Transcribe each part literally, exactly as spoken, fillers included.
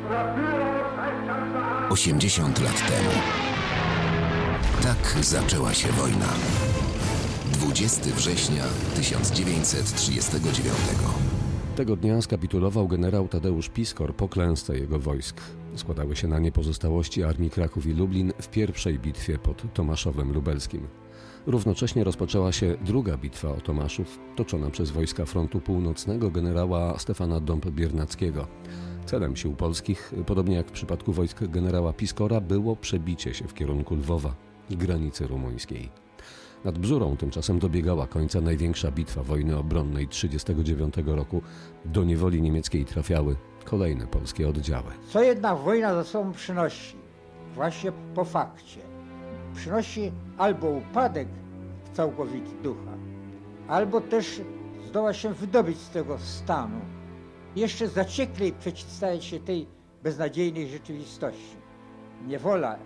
osiemdziesiąt lat temu. Tak zaczęła się wojna. dwudziestego września tysiąc dziewięćset trzydziestego dziewiątego. Tego dnia skapitulował generał Tadeusz Piskor po klęsce jego wojsk. Składały się na nie pozostałości armii Kraków i Lublin w pierwszej bitwie pod Tomaszowem Lubelskim. Równocześnie rozpoczęła się druga bitwa o Tomaszów, toczona przez wojska frontu północnego generała Stefana Dąb-Biernackiego. Celem sił polskich, podobnie jak w przypadku wojsk generała Piskora, było przebicie się w kierunku Lwowa i granicy rumuńskiej. Nad Bzurą tymczasem dobiegała końca największa bitwa wojny obronnej tysiąc dziewięćdziesiątego roku. Do niewoli niemieckiej trafiały kolejne polskie oddziały. Co jedna wojna za sobą przynosi, właśnie po fakcie, przynosi albo upadek całkowity ducha, albo też zdoła się wydobyć z tego stanu, jeszcze zacieklej przeciwstawiać się tej beznadziejnej rzeczywistości. Niewola,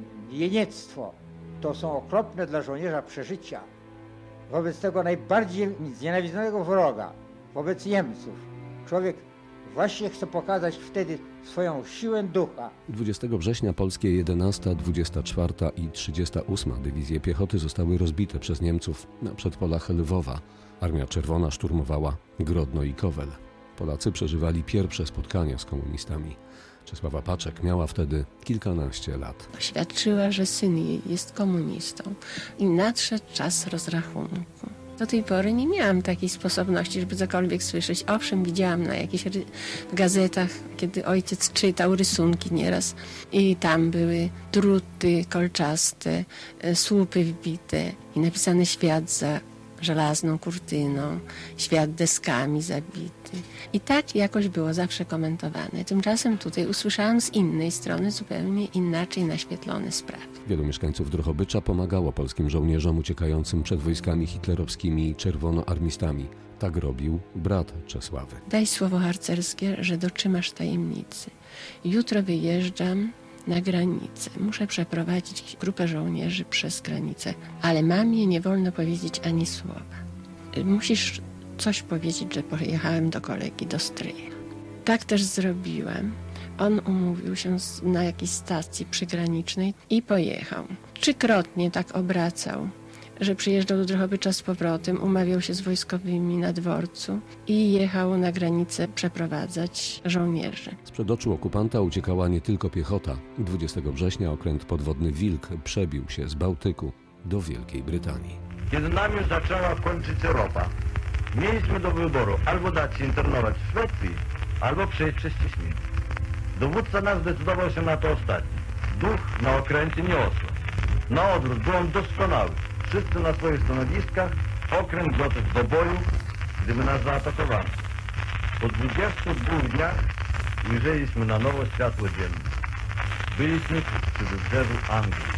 jeniectwo to są okropne dla żołnierza przeżycia. Wobec tego najbardziej znienawidzonego wroga, wobec Niemców, człowiek właśnie chce pokazać wtedy swoją siłę ducha. dwudziestego września polskie jedenasta, dwudziesta czwarta i trzydziesta ósma dywizje piechoty zostały rozbite przez Niemców na przedpolach Lwowa. Armia Czerwona szturmowała Grodno i Kowel. Polacy przeżywali pierwsze spotkania z komunistami. Czesława Paczek miała wtedy kilkanaście lat. Oświadczyła, że syn jej jest komunistą i nadszedł czas rozrachunku. Do tej pory nie miałam takiej sposobności, żeby cokolwiek słyszeć. Owszem, widziałam na jakichś w gazetach, kiedy ojciec czytał rysunki nieraz i tam były druty kolczaste, słupy wbite i napisane świat za żelazną kurtyną, świat deskami zabity. I tak jakoś było zawsze komentowane. Tymczasem tutaj usłyszałam z innej strony zupełnie inaczej naświetlone sprawy. Wielu mieszkańców Drohobycza pomagało polskim żołnierzom uciekającym przed wojskami hitlerowskimi i czerwonoarmistami. Tak robił brat Czesławy. Daj słowo harcerskie, że dotrzymasz tajemnicy. Jutro wyjeżdżam na granicę. Muszę przeprowadzić grupę żołnierzy przez granicę, ale mamie nie wolno powiedzieć ani słowa. Musisz coś powiedzieć, że pojechałem do kolegi, do stryja. Tak też zrobiłem. On umówił się na jakiejś stacji przygranicznej i pojechał. Trzykrotnie tak obracał, że przyjeżdżał do Drohobycza z powrotem, umawiał się z wojskowymi na dworcu i jechał na granicę przeprowadzać żołnierzy. Sprzed oczu okupanta uciekała nie tylko piechota. dwudziestego września okręt podwodny Wilk przebił się z Bałtyku do Wielkiej Brytanii. Kiedy nam już zaczęła kończyć ropa, mieliśmy do wyboru albo dać się internować w Szwecji, albo przejść przez ciśnienie. Dowódca nas zdecydował się na to ostatnie. Duch na okręcie nie osłał. Na odwrót, był on doskonały. Wszyscy na swoich stanowiskach, okręt gotów do boju, gdyby nas zaatakowano. Po dwudziestu dwóch dniach ujrzeliśmy na nowo światło dzienne. Byliśmy przy wybrzeżu Anglii.